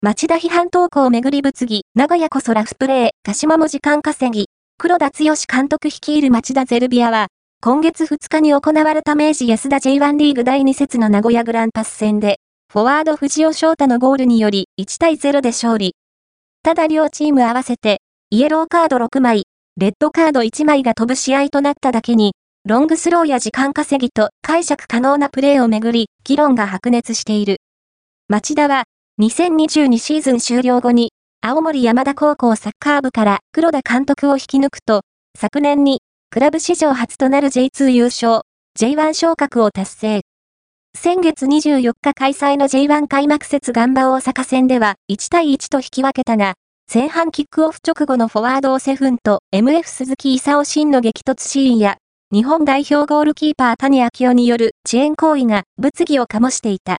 町田批判投稿めぐり物議、名古屋こそラフプレー、鹿島も時間稼ぎ、黒田剛監督率いる町田ゼルビアは、今月2日に行われた明治安田 J1 リーグ第2節の名古屋グランパス戦で、フォワード藤尾翔太のゴールにより1対0で勝利。ただ両チーム合わせて、イエローカード6枚、レッドカード1枚が飛ぶ試合となっただけに、ロングスローや時間稼ぎと解釈可能なプレーをめぐり、議論が白熱している。町田は、2022シーズン終了後に、青森山田高校サッカー部から黒田監督を引き抜くと、昨年に、クラブ史上初となる J2 優勝、J1 昇格を達成。先月24日開催の J1 開幕節ガンバ大阪戦では1対1と引き分けたが、前半キックオフ直後のフォワードオセフンと MF 鈴木勲真の激突シーンや、日本代表ゴールキーパー谷昭夫による遅延行為が物議を醸していた。